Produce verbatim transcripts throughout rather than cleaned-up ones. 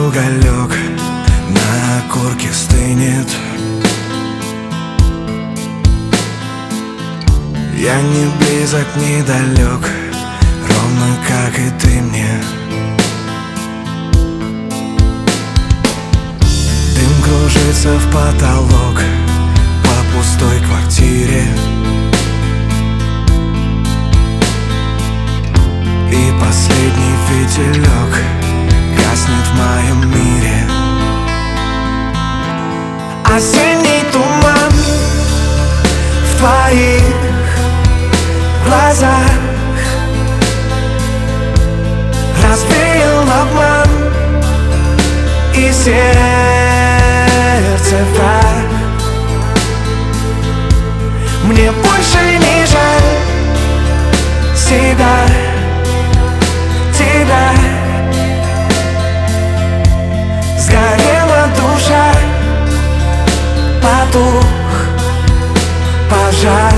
уголек на окурке стынет. Я не близок, не далек, ровно как и ты мне. Дым кружится в потолок по пустой квартире, и последний фитилек гаснет в моем мире. Осенний туман в твоих глазах развеял обман и сердце враг. Мне больше не жаль себя, тебя. Сгорела душа, потух пожар.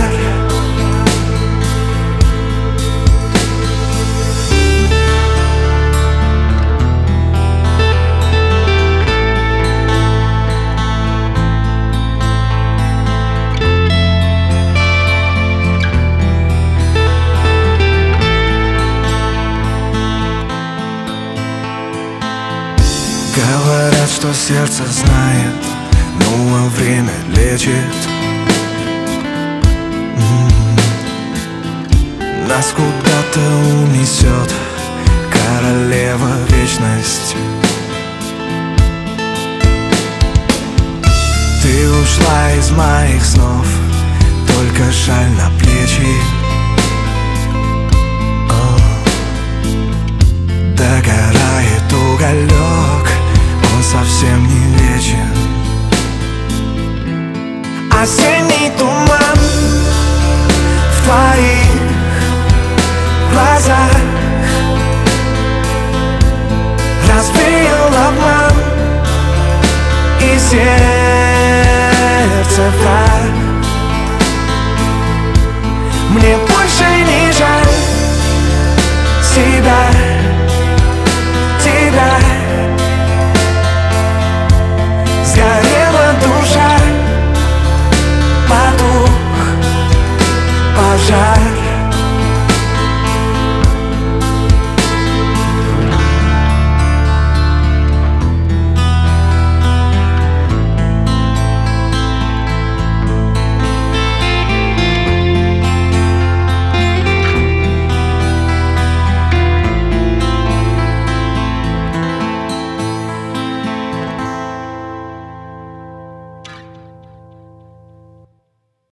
Говорят, что сердце знает, ну а время лечит. М-м-м. Нас куда-то унесет королева вечность. Ты ушла из моих снов, только шаль на плечи. О, догорает уголек, он совсем не вечен. Осенний туман в твоих глазах развеял обман и сердце враг. Мне больше не жаль себя, тебя. Сгорела душа, потух пожар.